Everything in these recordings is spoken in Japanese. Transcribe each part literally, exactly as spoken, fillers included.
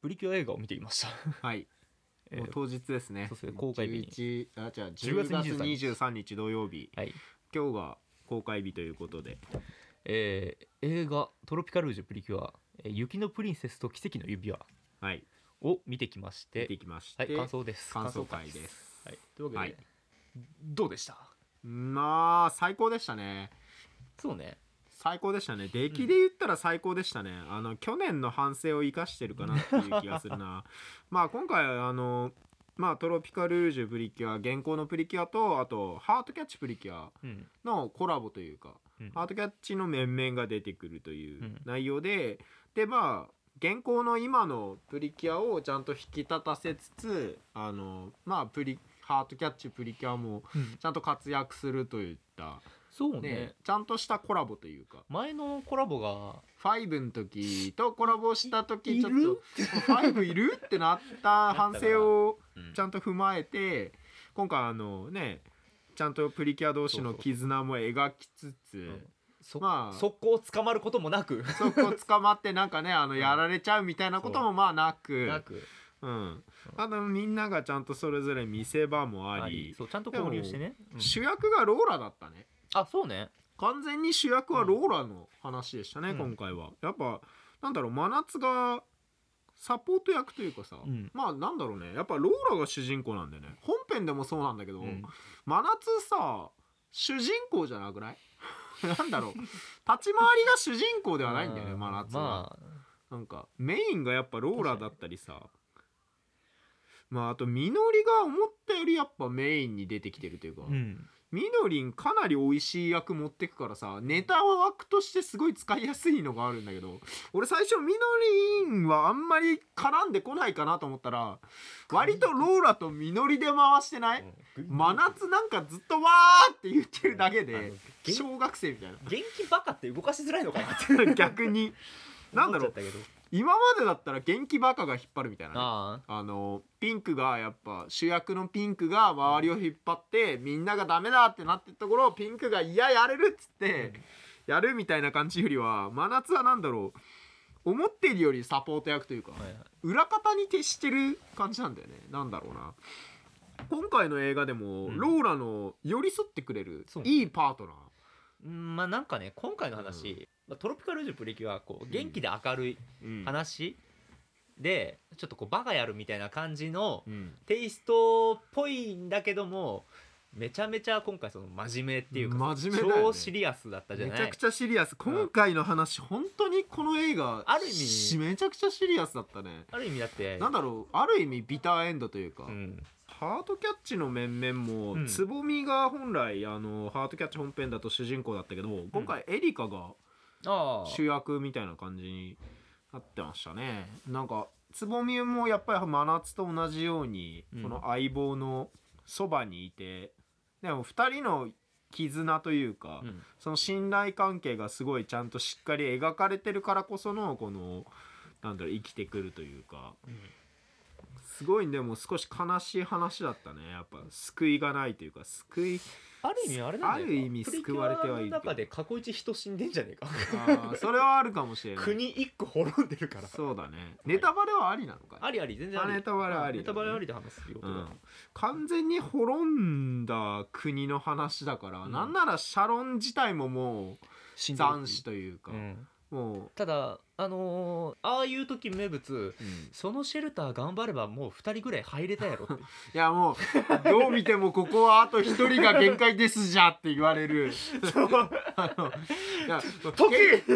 プリキュア映画を見ていましたはい、 えーもう当日ですね。 そうですね、公開日にじゅういちあじゃあじゅうがつにじゅうさんにち土曜日、 はい、 今日が公開日ということで、 えー映画トロピカルージュプリキュア、えー雪のプリンセスと奇跡の指輪はいを見てきまして見てきまして、 はい、感想です。 感想会です。 はい、というわけで、 はいどうでした？ まあ最高でしたね。 そうね、 最高でしたね。出来で言ったら最高でしたね。あの去年の反省を生かしてるかなっていう気がするなまあ今回あのまあトロピカルージュプリキュア、現行のプリキュアとあとハートキャッチプリキュアうんのコラボというか、 うんハートキャッチの面々が出てくるといううん内容で、でまあ現行の今のプリキュアをちゃんと引き立たせつつ、あのまあプリハートキャッチプリキュアもうんちゃんと活躍するといったそうねね、ちゃんとしたコラボというか、 前のコラボがファイブの時とコラボした時いちょっとファイブいるってなった反省をちゃんと踏まえて、今回あのねちゃんとプリキュア同士の絆も描きつつ、 そまあ速攻捕まることもなくそこ捕まってなんかねあのやられちゃうみたいなこともまあなく、 なくうんあのみんながちゃんとそれぞれ見せ場もあり、 そうちゃんと交流してね、うん主役がローラだったね。 あ、そうね、 完全に主役はローラの話でしたね、 うん今回は。やっぱなんだろう、真夏がサポート役というかさ、 うんまあなんだろうね、やっぱローラが主人公なんでね、本編でもそうなんだけど、 うん真夏さ主人公じゃなくないなんだろう、立ち回りが主人公ではないんだよね、真夏は。 まあなんかメインがやっぱローラだったりさ、まああとみのりが思ったよりやっぱメインに出てきてるというか、 うんみのりんかなり美味しい役持ってくからさ、ネタ枠としてすごい使いやすいのがあるんだけど、俺最初みのりんはあんまり絡んでこないかなと思ったら、割とローラとみのりで回してない？真夏なんかずっとわーって言ってるだけで小学生みたいな。 元気バカって動かしづらいのかなって逆になんだろう、今までだったら元気バカが引っ張るみたいなね、 ああのピンクがやっぱ主役のピンクが周りを引っ張ってみんながダメだってなってるところをピンクがいややれるっつってやるみたいな感じよりは、真夏はなんだろう、思っているよりサポート役というか、 はいはい、 裏方に徹してる感じなんだよね。なんだろうな、今回の映画でも、 うん、 ローラの寄り添ってくれるそういいパートナー、 まあなんかね今回の話、うん、トロピカルージュプリキュアはこう元気で明るい話、うん、でちょっとこうバカやるみたいな感じのテイストっぽいんだけども、めちゃめちゃ今回その真面目っていうか真面目だよね、 超シリアスだったじゃない。 めちゃくちゃシリアス。今回の話、うん、本当にこの映画ある意味めちゃくちゃシリアスだったね。 ある意味だってなんだろう、ある意味ビターエンドというか、 うん、 ハートキャッチの面々も、 うん、 つぼみが本来あのハートキャッチ本編だと主人公だったけど、今回エリカが主役みたいな感じになってましたね。なんかつぼみもやっぱり真夏と同じように、うん、この相棒のそばにいて、でもふたりの絆というか、うん、その信頼関係がすごいちゃんとしっかり描かれてるからこそのこのなんだろう、生きてくるというか、うん、すごい。でも少し悲しい話だったね。やっぱ救いがないというか、救いある意味あれなんだよ、 ある意味救われてはいるけど、 プリキュアの中で過去一人死んでんじゃねえかあそれはあるかもしれない。 国一個滅んでるから。 そうだね。ネタバレはありなのか、 ありあり、全然あり。 ネタバレあり、 ネタバレありで話すよ、うん、 完全に滅んだ国の話だから、うん、なんならシャロン自体ももう斬死というか、うん、もうただあのー、ああいう時名物、うん、そのシェルター頑張ればもうふたりぐらい入れたやろっていやもうどう見てもここはあとひとりが限界ですじゃって言われるあのいや時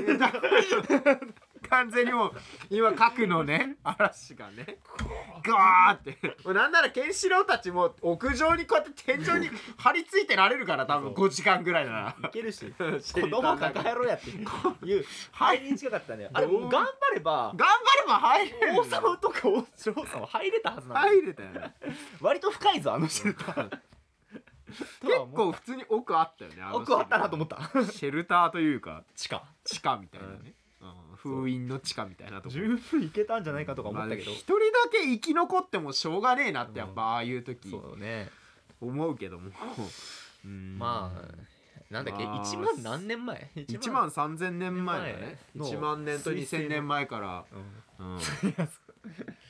完全にもう今核のね嵐がねガーってなんならケンシロウたちも屋上にこうやって天井に張り付いてられるから多分ごじかんぐらいならいけるし子供抱えろやっていう入りに近かったね。あれもう頑張れば頑張れば入れる。 王様とか王将様入れたはずなんだ。 入れたよね。 割と深いぞあのシェルター結構普通に奥あったよね。あの奥あったなと思ったシェルターというか地下地下みたいなね、うん、封印の地下みたいなとこ十分いけたんじゃないかとか思ったけど、 一、まあ、人だけ生き残ってもしょうがねえなってやっぱああいう時、 うん、そうね思うけどもうんまあなんだっけ、まあ、いちまん何年前いちまんさんぜんねんまえだね。いちまんねんとにせんねんまえから、 うんうん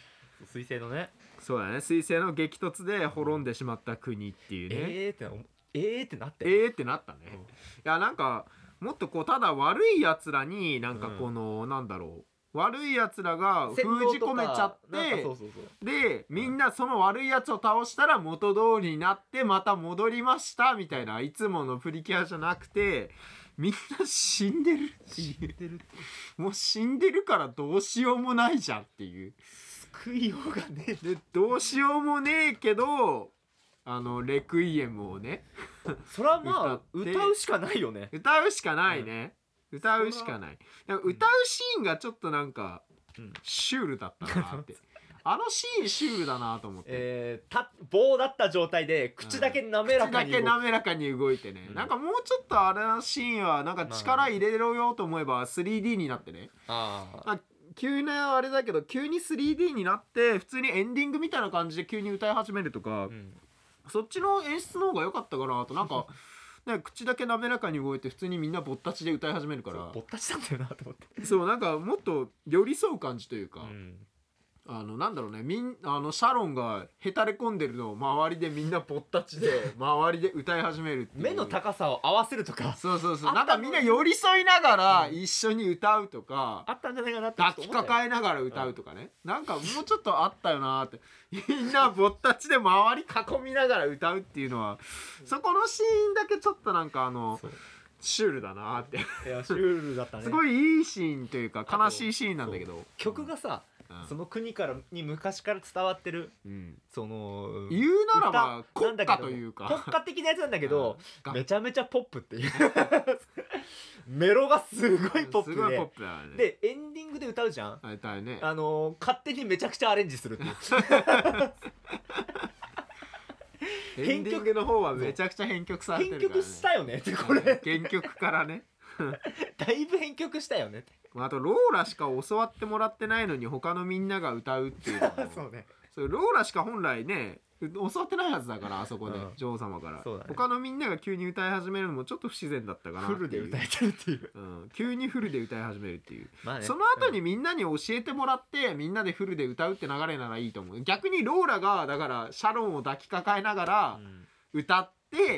彗星のねそうだね彗星の激突で滅んでしまった国っていうねえーってえーってなってえーってなったね、うん、いやなんかもっとこうただ悪いやつらになんかこの、うん、なんだろう悪いやつらが封じ込めちゃってそうそうそうでみんなその悪いやつを倒したら元通りになってまた戻りましたみたいないつものプリキュアじゃなくてみんな死んでる死んでるもう死んでるからどうしようもないじゃんっていう救いようがねでどうしようもねえけどあのレクイエムをねそれはまあ歌うしかないよね歌うしかないね、うん、歌うしかないでも歌うシーンがちょっとなんか、うん、シュールだったなってあのシーンシュールだなと思って、 えー、た棒だった状態で口だけ滑らかに動いて、 うん、口だけ滑らかに動いてね、うん、なんかもうちょっとあれのシーンはなんか力入れろよと思えば スリーディー になってねああ急なあれだけど急に スリーディー になって普通にエンディングみたいな感じで急に歌い始めるとか、うん、そっちの演出の方が良かったかなとなんかね、口だけ滑らかに動いて普通にみんなぼったちで歌い始めるからぼったちなんだよなと思ってそうなんかもっと寄り添う感じというか、 うんあのなんだろうねみんあのシャロンがへたれ込んでるのを周りでみんなぼったちで周りで歌い始めるっていう目の高さを合わせるとかそうそうそうなんかみんな寄り添いながら一緒に歌うとか、 うん、あったんじゃないかなって抱きかかえながら歌うとかね、うん、なんかもうちょっとあったよなってみんなぼったちで周り囲みながら歌うっていうのはそこのシーンだけちょっとなんかあのシュールだなっていやシュールだったねすごいいいシーンというか悲しいシーンなんだけど曲がさうん、その国からに昔から伝わってる、うん、その言うならば国家というか国家的なやつなんだけど、うん、めちゃめちゃポップっていうメロがすごいポップで、すごいポップだね、でエンディングで歌うじゃん歌うねあのー、勝手にめちゃくちゃアレンジするっていうエンディングの方はめちゃくちゃ編曲されてるから、ね、 編曲したよねってこれ原曲からねだいぶ編曲したよねってあとローラしか教わってもらってないのに他のみんなが歌うっていうのもそうねそうローラしか本来ね教わってないはずだからあそこで、うん、女王様から、ね、他のみんなが急に歌い始めるのもちょっと不自然だったかなっていうフルで歌えてるっていう、 うん、急にフルで歌い始めるっていう、 まあね、 その後にみんなに教えてもらって、うん、みんなでフルで歌うって流れならいいと思う逆にローラがだからシャロンを抱きかかえながら歌って、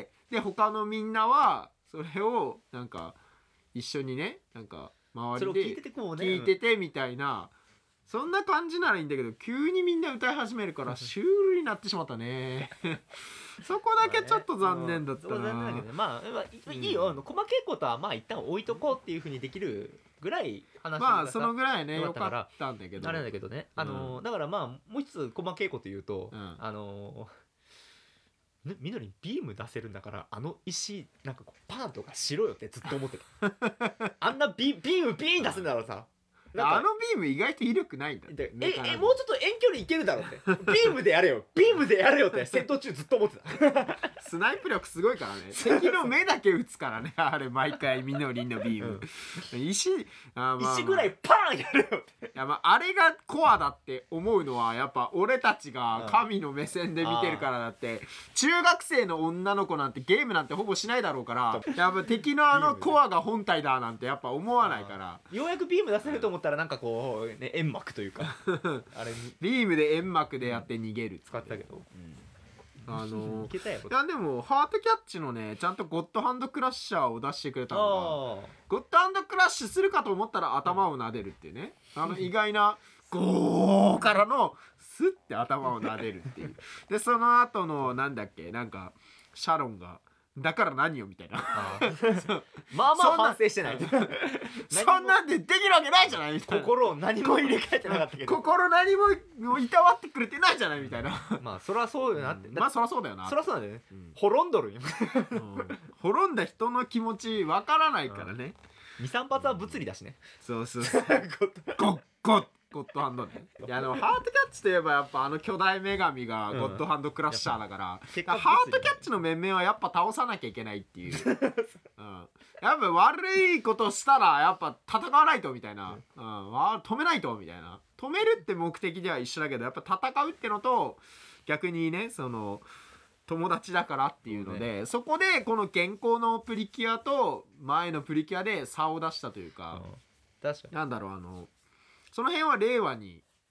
うん、で他のみんなはそれをなんか一緒にねなんか周りで聞いててこうね聞いててみたいな、うん、そんな感じならいいんだけど急にみんな歌い始めるからシュールになってしまったねそこだけちょっと残念だったな、まあね、 残念だけどねまあ、まあ、いいよ、うん、細けいことはまあ一旦置いとこうっていう風にできるぐらい話がまあそのぐらいねよかったんだけどあれなんだけどねあの、うん、だからまあもう一つ細けいこと言うと、うん、あのね、みのりんビーム出せるんだからあの石なんかこうパーンとかしろよってずっと思ってたあんなビビームビーン出せんだからさあのビーム意外と威力ないんだええもうちょっと遠距離いけるだろうってビームでやれよビームでやれよって戦闘中ずっと思ってたスナイプ力すごいからね敵の目だけ撃つからねあれ毎回みのりんのビーム、うん、石あ、まあまあ、石ぐらいパーンやるよっていや、まあ、あれがコアだって思うのはやっぱ俺たちが神の目線で見てるからだって、うん、中学生の女の子なんてゲームなんてほぼしないだろうからやっぱ敵のあのコアが本体だなんてやっぱ思わないからようやくビーム出せると思ったらなんかこう、ね、煙幕というかあれビームで煙幕でやって逃げる、うん、 使ってたけど、うんあのー、いやでもハートキャッチのねちゃんとゴッドハンドクラッシャーを出してくれたのがゴッドハンドクラッシュするかと思ったら頭を撫でるっていうね、うん、あの意外なゴーからのスッて頭を撫でるっていうでその後のなんだっけなんかシャロンがだから何よみたいなあまあまあ反省してないそんなんでできるわけないじゃないみたいな心を何も入れ替えてなかったけど心何もいたわってくれてないじゃないみたいなまあそりゃそうよなって、 うん、まあそりゃそうだよなそりゃそうなんだよね、うん、滅んどるよ、 うん、滅んだ人の気持ちわからないからね、 にさん発は物理だしね、 そうそうそうゴッゴッゴッドハンドねいやでもハートキャッチといえばやっぱあの巨大女神がゴッドハンドクラッシャーだから、うん、からハートキャッチの面々はやっぱ倒さなきゃいけないっていう、うん、やっぱ悪いことしたらやっぱ戦わないとみたいな、うん、止めないとみたいな止めるって目的では一緒だけどやっぱ戦うってのと逆にねその友達だからっていうので、ね、そこでこの現行のプリキュアと前のプリキュアで差を出したというか、 うん、確かになんだろうあのその辺は令和に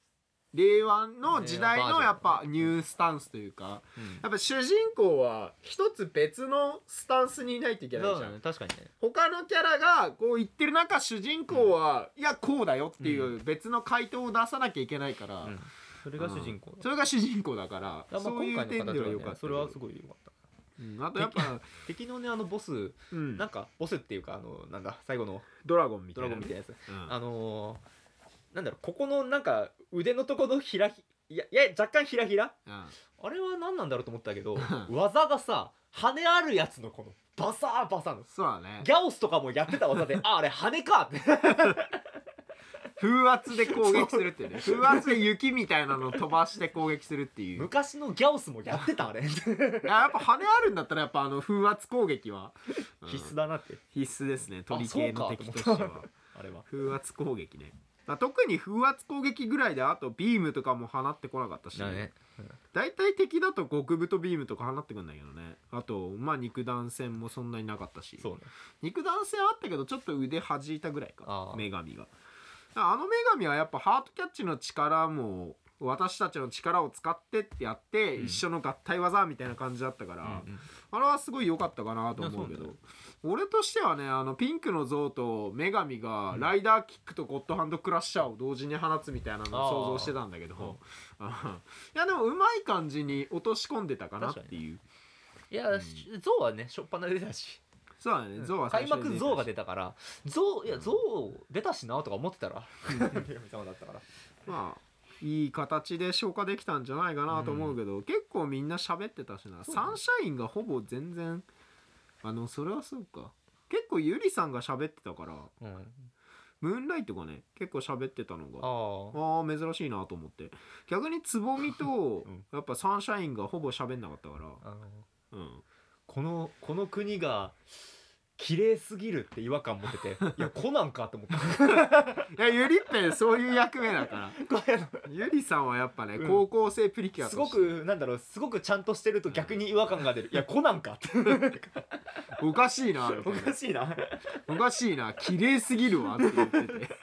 令和の時代のやっぱニュースタンスというか、うん、やっぱ主人公は一つ別のスタンスにいないといけないじゃん、 ね、確かにね。 他のキャラがこう言ってる中主人公は、うん、いやこうだよっていう別の回答を出さなきゃいけないから、うん、 それが主人公、 うん、それが主人公だから、まあ、そういう点では良かった、ね、 それはすごい良かった。 うん、あとやっぱ敵のねあのボス、うん、なんかボスっていうかあのなんだ最後のドラゴンみたいな、 ドラゴンみたいなやつ、うん、あのー、なんだろうここのなんか腕のとこのひらひいやいや若干ひらひら、うん、あれは何なんだろうと思ったけど技がさ羽あるやつのこのバサーバサーのそうだねギャオスとかもやってた技でああれ羽かって風圧で攻撃するってね風圧で雪みたいなのを飛ばして攻撃するっていう昔のギャオスもやってたあれやっぱ羽あるんだったらやっぱあの風圧攻撃は、 うん、必須だなって必須ですね鳥系の敵としてはあれは風圧攻撃ね、まあ、特に風圧攻撃ぐらいであとビームとかも放ってこなかったし、ねうん、だいたい敵だと極太ビームとか放ってくんだけどねあとまあ肉弾戦もそんなになかったしそう、ね、 肉弾戦あったけどちょっと腕弾いたぐらいか女神があの女神はやっぱハートキャッチの力も私たちの力を使ってってやって、うん、一緒の合体技みたいな感じだったから、うんうん、あれはすごい良かったかなと思うけど俺としてはねあのピンクの像と女神がライダーキックとゴッドハンドクラッシャーを同時に放つみたいなのを想像してたんだけど、うん、いやでもうまい感じに落とし込んでたかなっていういや、うん、像はねしょっぱな出たしそうだね、象は開幕象が出たから象いや象出たしなとか思ってたら神様だったからまあいい形で消化できたんじゃないかなと思うけど、うん、結構みんな喋ってたしな、ね、サンシャインがほぼ全然あのそれはそうか結構ゆりさんが喋ってたから、うん、ムーンライトがね結構喋ってたのがああ珍しいなと思って逆につぼみと、うん、やっぱサンシャインがほぼ喋んなかったから、 うん、このこの国が綺麗すぎるって違和感持ってていやコナンかと思ったいやゆりっぺそういう役目だからゆりさんはやっぱね、うん、高校生プリキュアとしてすごくなんだろうすごくちゃんとしてると逆に違和感が出るいやコナンかっておかしいなおかしいなおかしいな綺麗すぎるわって言ってて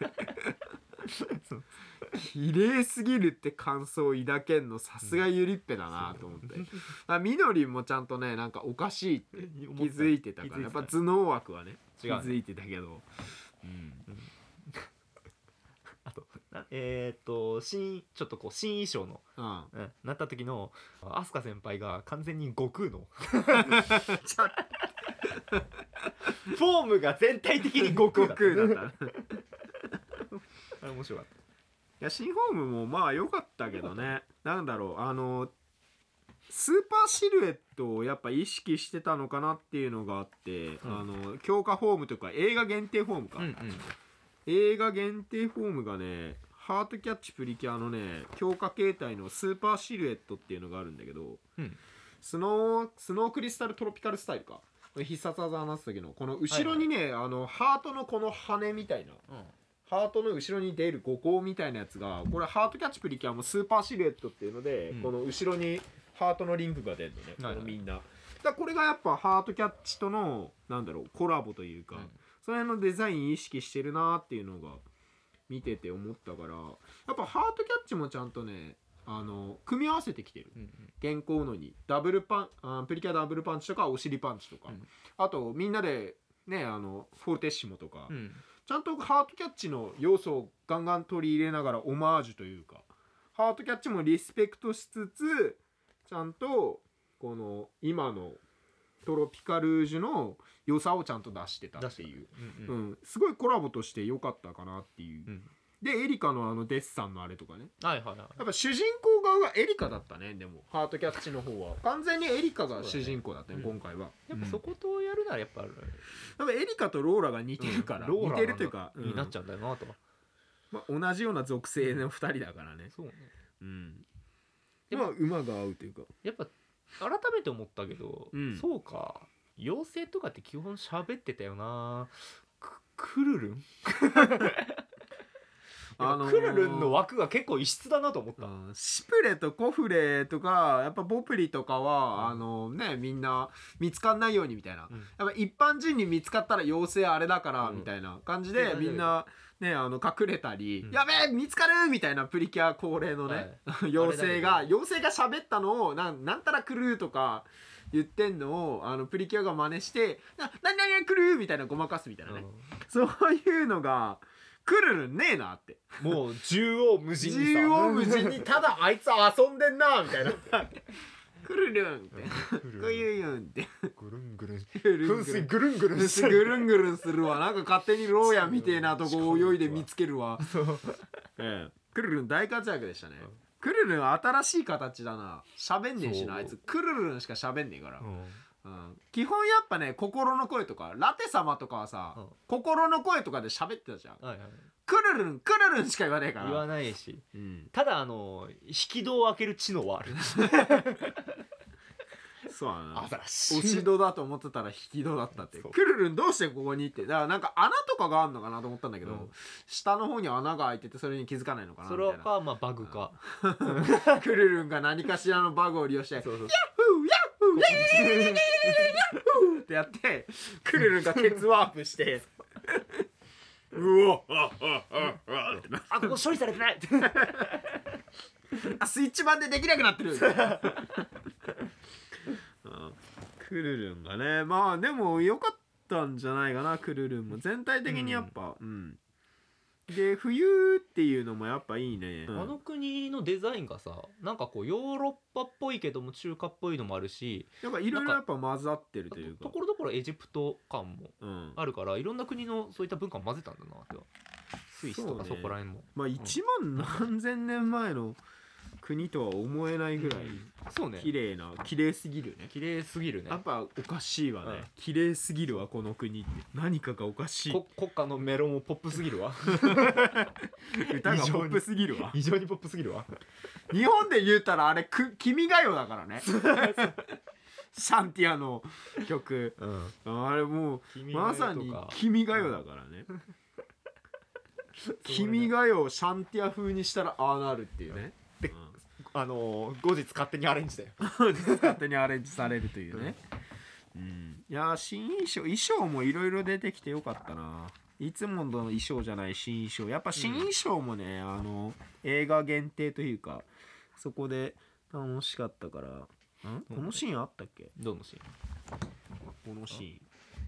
綺麗すぎるって感想を抱けんのさすがゆりっぺだなと思って、うん、みのりんもちゃんとねなんかおかしいって気づいてたからやっぱ頭脳枠はね気づいてたけど、うんうん、 あとえー、っと新ちょっとこう新衣装の、うんうん、なった時の飛鳥先輩が完全に悟空のフォームが全体的に悟空だった悟空だったあれ面白かったいや新フォームもまあ良かったけどねなんだろうあのスーパーシルエットをやっぱ意識してたのかなっていうのがあって、うん、あの強化フォームとか映画限定フォームか、うんうん、映画限定フォームがねハートキャッチプリキュアのね強化形態のスーパーシルエットっていうのがあるんだけど、うん、スノースノークリスタルトロピカルスタイルか必殺技になってたけどこの後ろにね、はいはい、あのハートのこの羽みたいな、うんハートの後ろに出る五光みたいなやつがこれハートキャッチプリキュアもスーパーシルエットっていうので、うん、この後ろにハートのリンクが出るのね、はいはい、このみんなだこれがやっぱハートキャッチとのなんだろうコラボというか、うん、その辺のデザイン意識してるなっていうのが見てて思ったからやっぱハートキャッチもちゃんとねあの組み合わせてきてる、うんうん、現行のにダブルパンあプリキュアダブルパンチとかお尻パンチとか、うん、あとみんなでねあのフォルテッシモとか、うんちゃんとハートキャッチの要素をガンガン取り入れながらオマージュというかハートキャッチもリスペクトしつつちゃんとこの今のトロピカルージュの良さをちゃんと出してたっていう、うんうんうん、すごいコラボとして良かったかなっていう、うん、でエリカのあのデッサンのあれとかね、 はいはいはい、やっぱ主人公側がエリカだったねでもハートキャッチの方は完全にエリカが主人公だったね、今回はやっぱそことやるならやっぱ、うん、 やっぱエリカとローラが似てるから、うん、似てるというかになっちゃうんだよなと、 まあ、同じような属性のふたりだからね、 そうね、 うん、でも馬が合うというかやっぱ改めて思ったけど、うん、そうか妖精とかって基本喋ってたよなクルルンあのー、クルルンの枠が結構異質だなと思った、うん、 シプレとコフレとかやっぱボプリとかは、うん、あのねみんな見つかんないようにみたいな、うん、やっぱ一般人に見つかったら妖精あれだから、みたいな感じでみんなね、あの隠れたり、 うんやべえ見つかるみたいなプリキュア恒例のね、 はい妖精があれだ妖精が喋ったのをなんなんたら来るとか言ってんのをあのプリキュアが真似してな何々来るみたいなごまかすみたいなね、そういうのがクルルンねえなって、 もう縦横無尽にさ縦横無尽にただあいつ遊んでんなみたいなクルルンってクユユンってぐるんぐるんぐるん噴水ぐるんぐるんしてぐるんぐるんするわ、なんか勝手に牢屋みてえなとこ泳いで見つけるわええ、クルルン大活躍でしたね、うん、クルルン新しい形だな、喋んねえしなあいつ、クルルンしか喋んねえから、うんうん、基本やっぱね心の声とかラテ様とかはさ、うん、心の声とかで喋ってたじゃん、はいはい、クルルンクルルンしか言わねえから言わないし、 うん、 ただあの引き戸を開ける知能はあるそうだな、 アザラシ押し戸だと思ってたら引き戸だったって、クルルンどうしてここにって、だからなんか穴とかがあるのかなと思ったんだけど、うん、下の方に穴が開いててそれに気づかないのかなみたいな、 それかまあバグかクルルンが何かしらのバグを利用してヤッフーヤッフーヤッフーヤッフーヤッフーってやってクルルンがケツワープしてうわああああってな、 あここ処理されてないあスイッチ版でできなくなってるクルルンがね、まあでも良かったんじゃないかな、クルルンも全体的にやっぱ、うん、うん、で冬っていうのもやっぱいいね、 うん、あの国のデザインがさなんかこうヨーロッパっぽいけども中華っぽいのもあるし、 なんかいろいろやっぱ混ざってるというか、 ところどころエジプト感もあるから、うん、いろんな国のそういった文化を混ぜたんだなっては、スイスとかそこら辺も、ね、 まあいちまん何千年前の国とは思えないぐらい、うん、そうね、綺麗な綺麗すぎるね、 綺麗すぎるね、 やっぱおかしいわね、うん、綺麗すぎるわこの国って、何かがおかしい、 国家のメロンもポップすぎるわ歌がポップすぎるわ、 非常にポップすぎるわ日本で言うたらあれく君が代だからねシャンティアの曲、うん、あれもうまさに君が代だからね君が代をシャンティア風にしたらああなるっていうね、 で、うん、あのー、後日勝手にアレンジだよ勝手にアレンジされるというね、うん、いや新衣装衣装もいろいろ出てきてよかったな、いつもの衣装じゃない新衣装、やっぱ新衣装もね、うん、あの映画限定というかそこで楽しかったから、んこのシーンあったっけ、 どのシーン、 このシーン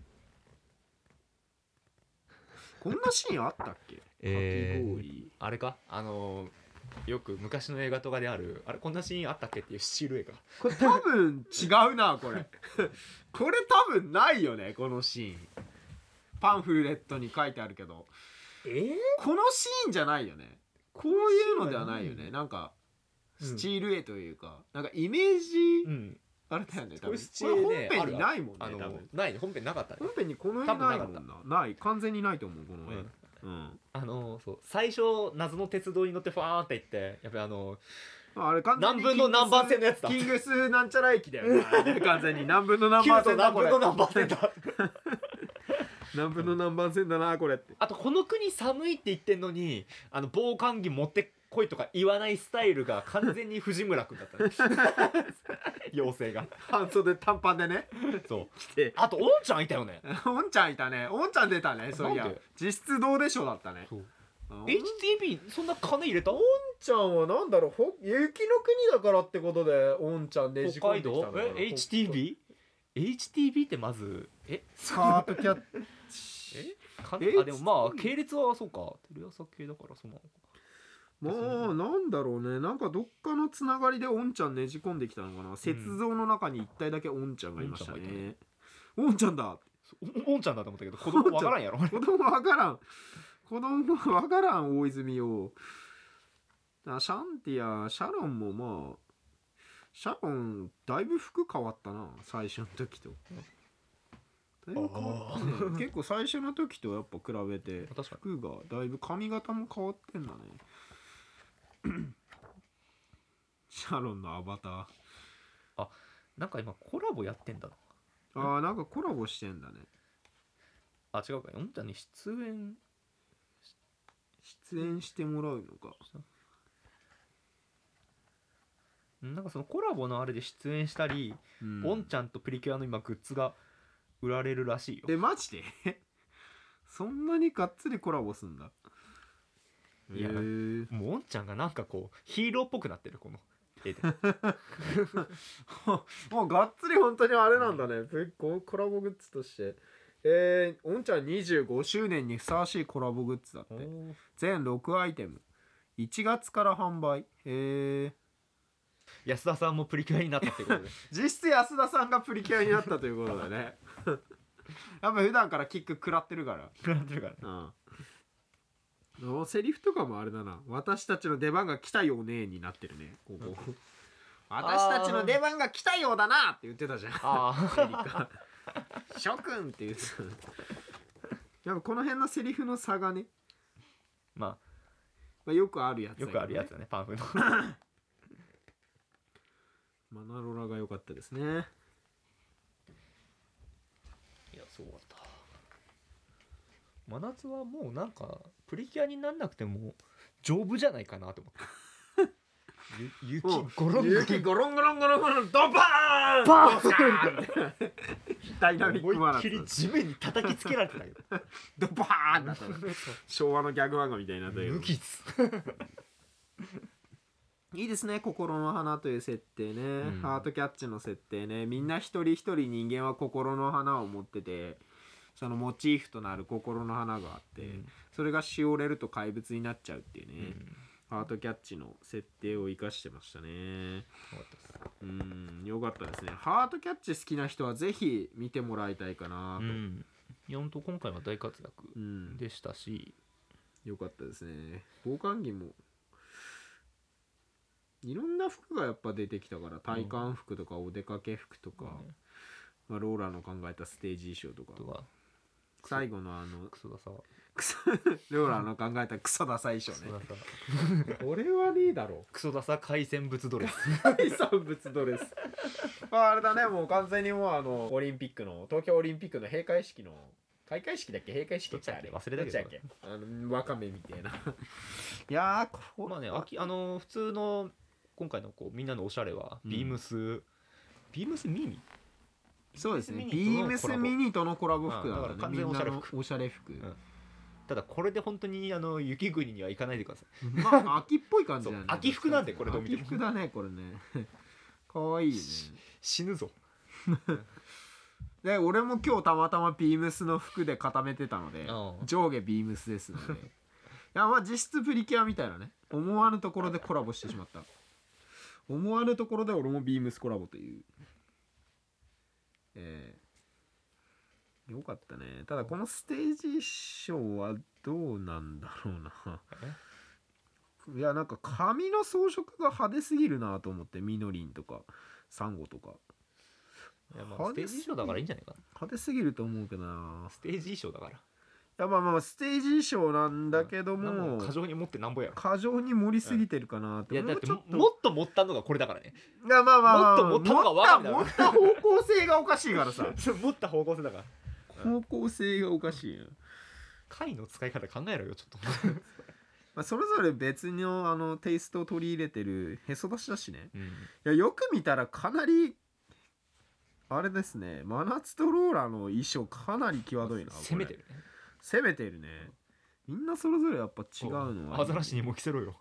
こんなシーンあったっけ、 えー、あれかあのー、よく昔の映画とかであるあれこんなシーンあったっけっていうスチール映画、 これ多分違うなこれこれ多分ないよねこのシーン、パンフレットに書いてあるけど、 えー、 このシーンじゃないよね、こういうのではないよね、なんかスチール絵というか、うん、なんかイメージ、うん、あれだよね、多分これ本編にないもんね、多分ないね、本編なかったね、 本編にこの絵ないもんな、ない完全にないと思うこの絵、うんうん、 あのー、そう最初謎の鉄道に乗ってファーンって行ってやっぱりあのー、 あれ完全に何分の何番線のやつだ、 キングスなんちゃら駅だよね完全に何分の何番線だこれ、 何分の何番線だ何分の何番線だなこれって、 あとこの国寒いって言ってんのにあの防寒着持ってこいとか言わないスタイルが完全に藤村君だったね妖精が半袖短パンでね、 そう来て、あとおんちゃんいたよねおんちゃんいたね、おんちゃん出たね、そういや実質どうでしょうだったね、そうエイチティービー そんな金入れた、 おんちゃんはなんだろう、ほ雪の国だからってことでおんちゃんねじ込んできたのかな、 え エイチティービー？ エイチティービー ってまずえスカートキャッチえかあでもまあ系列はそうかテレ朝系だからそうなのか、 まあなんだろうね、なんかどっかのつながりでおんちゃんねじ込んできたのかな、雪像の中に一体だけおんちゃんがいましたね、おんちゃんだおんちゃんだと思ったけど子供わからんやろ子供わからん子供わからん大泉をシャンティアシャロンもまあシャロンだいぶ服変わったな最初の時とだいぶ変わったね結構最初の時とやっぱ比べて服がだいぶ髪型も変わってんだねシャロンのアバター、 あなんか今コラボやってんだなあーなんかコラボしてんだね、 あ違うかおんちゃんに出演出演してもらうのか、 なんかそのコラボのあれで出演したり、うん、おんちゃんとプリキュアの今グッズが売られるらしいよ。 えマジでそんなにがっつりコラボすんだ。 いやもうおんちゃんがなんかこうヒーローっぽくなってるこの絵でもうがっつり本当にあれなんだね、うん、コラボグッズとしてえー、おんちゃんにじゅうごしゅうねんにふさわしいコラボグッズだって。全ろくアイテムいちがつから販売。へえ。 安田さんもプリキュアになったってことで実質安田さんがプリキュアになったということだねやっぱ普段からキック食らってるから食らってるからうん、セリフとかもあれだな、私たちの出番が来たよねになってるねここ私たちの出番が来たようだなって言ってたじゃんあエリカ諸君って言ってたやっぱこの辺のセリフの差がね、 まあ、 まあよくあるやつだ、ね、よくあるやつだねパンフのマナロラが良かったですね。 いやそうだった真夏はもうなんかプリキュアになんなくても丈夫じゃないかなと思って雪ゴロンゴロン雪ゴロンゴロンゴロンゴロンドバーンバーンダイナミックマナ思いっきり地面に叩きつけられてたけどドバーンだった昭和のギャグ漫画みたいになったけど無傷いいですね、心の花という設定ね、うん、ハートキャッチの設定ね。みんな一人一人人間は心の花を持ってて、そのモチーフとなる心の花があって、うん、それがしおれると怪物になっちゃうっていうね、うん、ハートキャッチの設定を生かしてましたね。うん、よかったですね。ハートキャッチ好きな人はぜひ見てもらいたいかなと、うん、 いやほんと今回は大活躍でしたし、 うん、よかったですね。防寒着もいろんな服がやっぱ出てきたから、体感服とかお出かけ服とか、うんまあ、ローラの考えたステージ衣装とか、とか最後のあのクソダサクソローラの考えたクソダサ衣装ねこれはねえだろクソダサ海鮮物ドレス海鮮物ドレスあれだね、もう完全にもうあのオリンピックの東京オリンピックの閉会式の開会式だっけ閉会式ってあれ忘れたけどどっちだっけあのワカメみたいないやーこまあねあきあの普通の今回のこうみんなのおしゃれは、うん、ビームスビームスミニそうですね、ビームスミニとのコラボ服だからね、 完全おしゃれ服、 おしゃれ服、うん、 ただこれで本当にあの雪国には行かないでくださいまあ秋っぽい感じだね秋服なんでこれどう見ても秋服だねこれねかわいいね死ぬぞで俺も今日たまたまビームスの服で固めてたので上下ビームスですのでいやまあ実質プリキュアみたいなね、思わぬところでコラボしてしまった、思わぬところで俺もビームスコラボというえー、よかったね。ただこのステージショーはどうなんだろうないやなんか髪の装飾が派手すぎるなと思って、みのりんとかサンゴとかいやまあステージ衣装だからいいんじゃないかな。 派手すぎると思うけどな。 ステージ衣装だからいやまあまあステージ衣装なんだけども、うん、 過剰に持ってなんぼやろ。 過剰に盛りすぎてるかなって、 うん、いやだってもっと盛ったのがこれだからね。 いやまあまあ、まあ、 もっと盛ったのがわかる持った方向性がおかしいからさ持った方向性だから方向性がおかしいよ。 貝の使い方考えろよちょっとまあそれぞれ別のあのテイストを取り入れてるへそ出しだしね、うん、いやよく見たらかなりあれですね、真夏とローラの衣装かなり際どいな。 攻めてるね。 攻めてるね。みんなそれぞれやっぱ違うのは、 アザラシにも着せろよ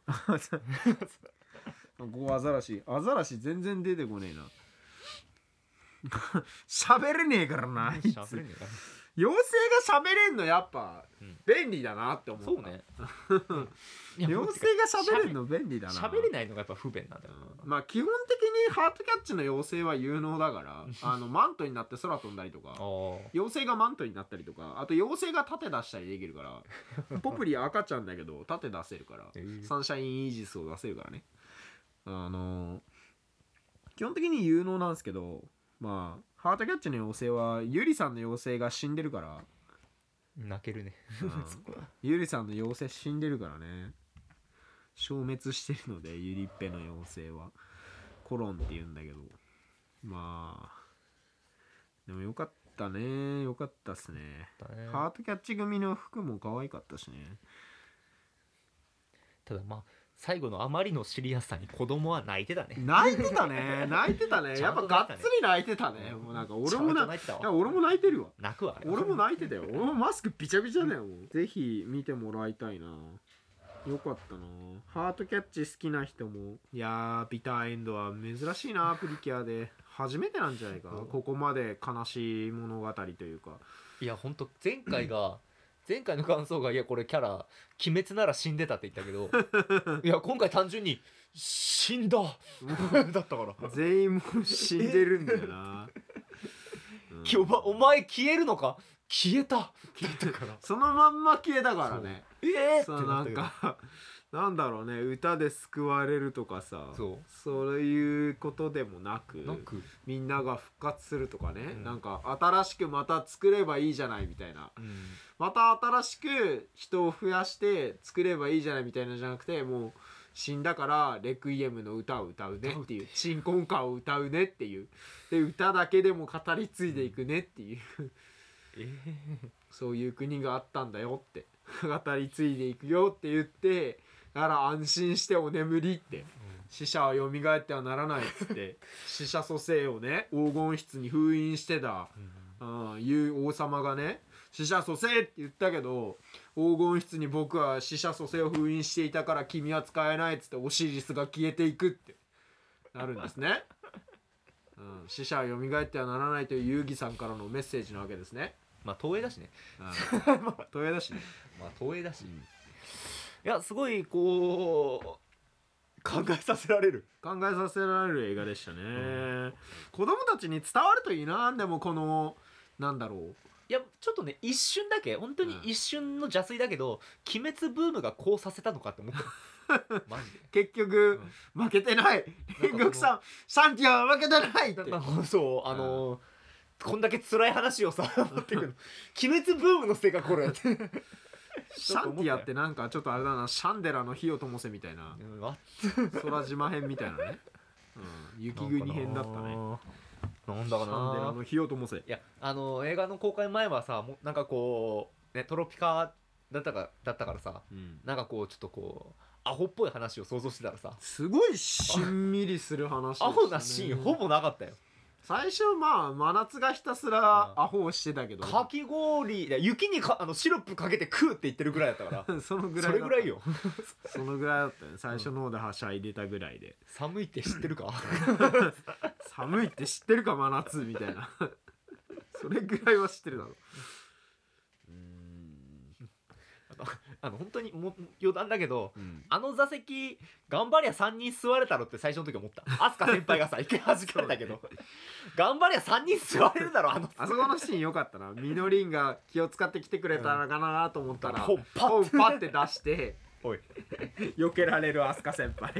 ここアザラシアザラシ全然出てこねえな喋れねえからな。 喋れねえから妖精が喋れんのやっぱ便利だなって思った。 そうね妖精が喋れんの便利だな。 喋れないのがやっぱ不便なんだよ、 うん、まあ基本的にハートキャッチの妖精は有能だからあのマントになって空飛んだりとか妖精がマントになったりとか、あと妖精が盾出したりできるからポプリ赤ちゃんだけど盾出せるから、えー、サンシャインイージスを出せるからね。あのー、基本的に有能なんですけど、まあハートキャッチの妖精はゆりさんの妖精が死んでるから泣けるね、 うん、ゆりさんの妖精死んでるからね、消滅してるのでゆりっぺの妖精はコロンって言うんだけど、まあでもよかったね、よかったっすね。ハートキャッチ組の服も可愛かったしね。 ただまあ最後のあまりのシリアスさに子供は泣いてたね。 泣いてたね泣いてたねやっぱがっつり泣いてたね。もうなんか俺もな泣いてたわ。いや俺も泣いてるわ。 泣くわあれ。 俺も泣いてたよ。俺もマスクビチャビチャだよ。ぜひ見てもらいたいな。 よかったな。ハートキャッチ好きな人も、いやービターエンドは珍しいな。プリキュアで初めてなんじゃないか、うん、ここまで悲しい物語というか。 いやほんと前回が前回の感想がいやこれキャラ鬼滅なら死んでたって言ったけどいや今回単純に死んだだったから全員もう死んでるんだよな、 うん、お, ま、お前消えるのか消えただったからそのまんま消えたからね。 えー、 そのなんかなんだろうね、歌で救われるとかさ、そうそういうことでもなくなくみんなが復活するとかね、うん、なんか新しくまた作ればいいじゃないみたいな、うん、また新しく人を増やして作ればいいじゃないみたいなじゃなくて、もう死んだからレクイエムの歌を歌うねっていう、鎮魂歌を歌うねっていう、で歌だけでも語り継いでいくねっていうえー、そういう国があったんだよって語り継いでいくよって言って、だから安心してお眠りって、うん、死者は蘇ってはならないっつって死者蘇生をね黄金室に封印してた、うんうん、いう王様がね死者蘇生って言ったけど、黄金室に僕は死者蘇生を封印していたから君は使えないっつってオシリスが消えていくってなるんですね、うん、死者は蘇ってはならないという遊戯さんからのメッセージなわけですね。 まあ東映だしね、 うん、東映だしねまあ東映だし、うん、いやすごいこう考えさせられる考えさせられる映画でしたね、うん、子供たちに伝わるといいな。でもこのなんだろう、 いやちょっとね一瞬だけ本当に一瞬の邪推だけど、うん、鬼滅ブームがこうさせたのかって思ったマジで結局、うん、負けてない煉獄さんシャンティアは負けてないってそうあのー、こんだけ辛い話をさ持ってくる鬼滅ブームのせいかこれってシャンティアってなんかちょっとあれだな、シャンデラの火を灯せみたいな、空島編みたいなね、うん、雪国編だったね。 なんだかな、シャンデラの火を灯せ。いやあの映画の公開前はさもなんかこう、ね、トロピカだったかだったからさ、うん、なんかこうちょっとこうアホっぽい話を想像してたらさ、 すごいしんみりする話でしたね。 アホなシーンほぼなかったよ。 最初まあ真夏がひたすらアホをしてたけど、 かき氷雪にかあのシロップかけて食うって言ってるぐらいだったからそのぐらいそれぐらいよそのぐらいだったね。最初の方ではしゃいでたぐらいで、 寒いって知ってるか寒いって知ってるか真夏みたいなそれぐらいは知ってるだろう。 あの本当にも余談だけど、うん、あの座席頑張りゃさんにん座れたろって最初の時思った。飛鳥先輩がさ一回弾かれたけど頑張りゃさんにん座れるだろあのあそこのシーン良かったな。みのりんが気を使ってきてくれたのかなと思ったら、 うん、 本パッて出しておい避けられる飛鳥先輩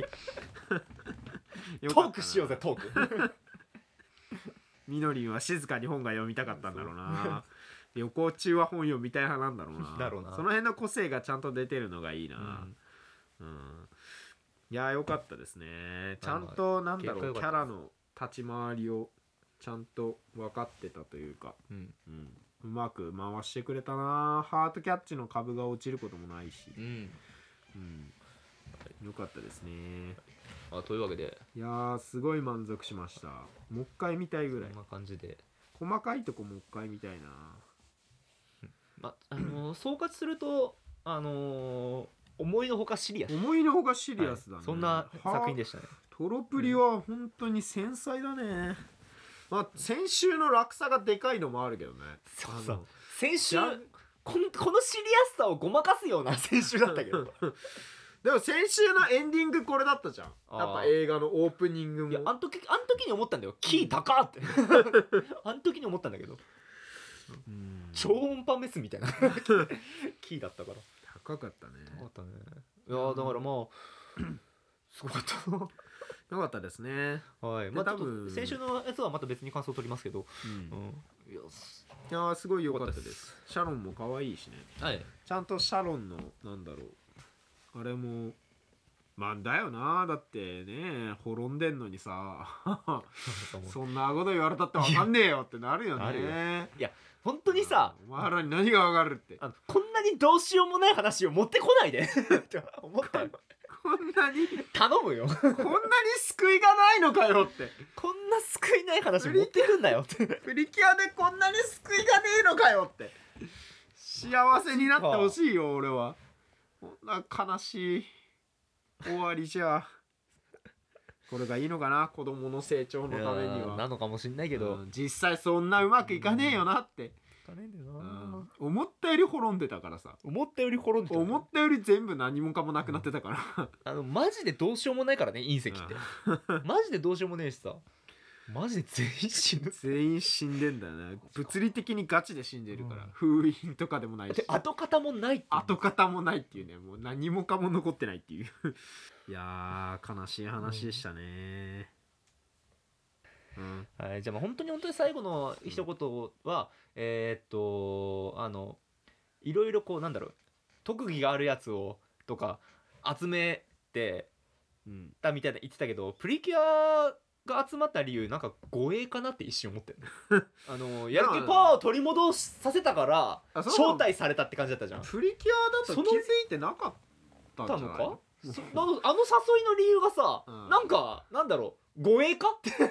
トークしようぜトークみのりんは静かに本が読みたかったんだろうな旅行中は本読みたい派なんだろうな。 だろうな。 その辺の個性がちゃんと出てるのがいいな、うんうん、いや良かったですね。ちゃんとなんだろうキャラの立ち回りをちゃんと分かってたというか、うんうん、うまく回してくれたな。ハートキャッチの株が落ちることもないし、うんうん、よかったですね。 あというわけでいやすごい満足しました。もう一回見たいぐらい。 こんな感じで細かいとこもう一回見たいな。 まあのー、総括すると、あのー、思いのほかシリアス思いのほかシリアスだね、はい、 そんな作品でしたね。 トロプリは本当に繊細だね、うん、まあ先週の落差がでかいのもあるけどね。 そうそう先週この、このシリアスさをごまかすような先週だったけどでも先週のエンディングこれだったじゃん。やっぱ映画のオープニングも。 いやあの時あの時に思ったんだよ、キー高ってあの時に思ったんだけど、うん、超音波メスみたいなキーだったから高かったね。 高かったね。いやだからまあすごかったよかったですね。 はい。まあ多分先週のやつはまた別に感想を取りますけど、うんうん、いやいやすごい良かったです。シャロンも可愛いしね、はい、ちゃんとシャロンのなんだろうあれもまあだよな。だってね滅んでんのにさそんなこと言われたって分かんねえよってなるよね。 いや本当にさお前らに何が分かるってあのこんなにどうしようもない話を持ってこないでって思ったよこんなに頼むよこんなに救いがないのかよってこんな救いない話持ってくんなよってプリキュアでこんなに救いがねえのかよって幸せになってほしいよ俺は。 こんな悲しい終わりじゃこれがいいのかな、子供の成長のためには。 なのかもしんないけど、 うん、実際そんなうまくいかねえよなって、いかねえんだよな、 うん、思ったより滅んでたからさ。 思ったより滅んでた、 思ったより全部何もかもなくなってたから、 うん、あのマジでどうしようもないからね隕石って、うん、マジでどうしようもねえしさ、マジで全員死ぬ、 全員死んでんだよね。物理的にガチで死んでるから、うん、封印とかでもないし跡形もないっていう、 跡形もないっていうね、もう何もかも残ってないっていういやー悲しい話でしたね、うん、はい、 じゃあまあ本当に本当に最後の一言は、うん、えー、っとあのいろいろこうなんだろう、特技があるやつをとか集めてたみたいな言ってたけど、プリキュアが集まった理由なんか護衛かなって一瞬思ってるあのやる気パワーを取り戻させたから招待されたって感じだったじゃん。 プリキュアだと気づいてなかったんじゃないのかそあの、あの誘いの理由がさ、うん、なんかなんだろう、護衛かって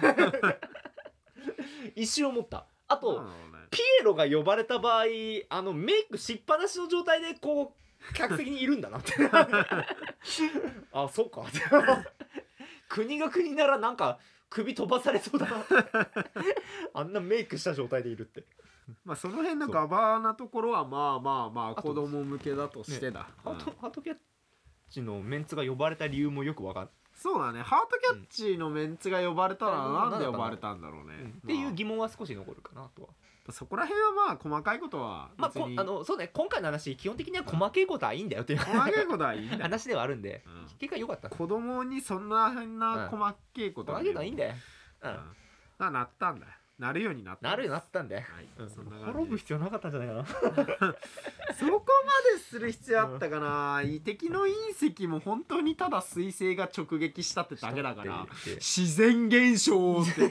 一瞬思った。あと、ね、ピエロが呼ばれた場合、あのメイクしっぱなしの状態でこう客席にいるんだなってあ、そうか国が国ならなんか首飛ばされそうだなあんなメイクした状態でいるってまあその辺のガバなところはまあまあまあ子供向けだとしてだ、ね、 うん、ハート、ハートキャッチのメンツが呼ばれた理由もよくわかる。 そうだね、ハートキャッチのメンツが呼ばれたらなんで呼ばれたんだろうね、 うん、っていう疑問は少し残るかなとは。 そこら辺はまあ細かいことは別に、まあ、あのそうね、今回の話基本的には細けいことはいいんだよっていう細けいことはいいんだよ話ではあるんで、うん、結果良かった。 子供にそんな変な細けいことは、 うん、細けいことはいいんだよ、 うん、うん、なったんだよ、なるようになったなるようになったんだよ、 はい、うん、そんな感じ。 滅ぶ必要なかったんじゃないかなそこまでする必要あったかな、うん、敵の隕石も本当にただ彗星が直撃したってだけだから自然現象って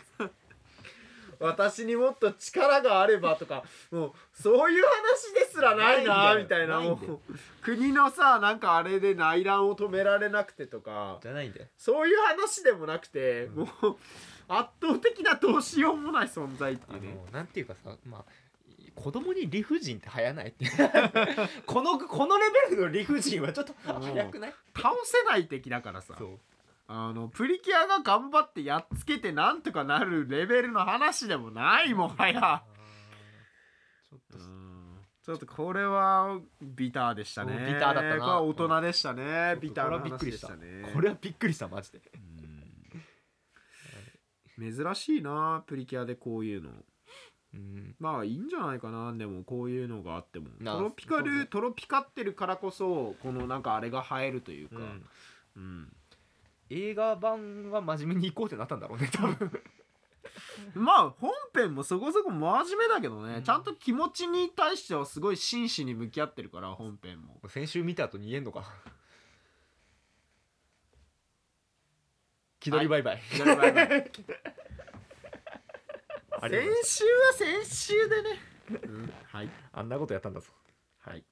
私にもっと力があればとか、もうそういう話ですらないなみたいな、もう国のさなんかあれで内乱を止められなくてとかじゃないんだよ、 そういう話でもなくて、うん、もう圧倒的などうしようもない存在っていうね。 なんていうかさ、まあ子供に理不尽って流行ないってこのこのレベルの理不尽はちょっと早くない？ 倒せない敵だからさ、そう、あのプリキュアが頑張ってやっつけてなんとかなるレベルの話でもないもはやちょっとちょっとこれはビターでしたね。 ビターだったな。これは大人でしたね。ビターな話でしたね。 これはびっくりしたマジで。 珍しいなプリキュアでこういうの。うん、まあいいんじゃないかな。でもこういうのがあってもトロピカル、ね、トロピカってるからこそこのなんかあれが映えるというか、うんうん、 映画版は真面目に行こうってなったんだろうね多分まあ本編もそこそこ真面目だけどね、うん、ちゃんと気持ちに対してはすごい真摯に向き合ってるから本編も。 先週見た後に言えんのか気取りバイバイ、気取りバイバイ先週は先週でね、うん、はい、 あんなことやったんだぞ。 はい。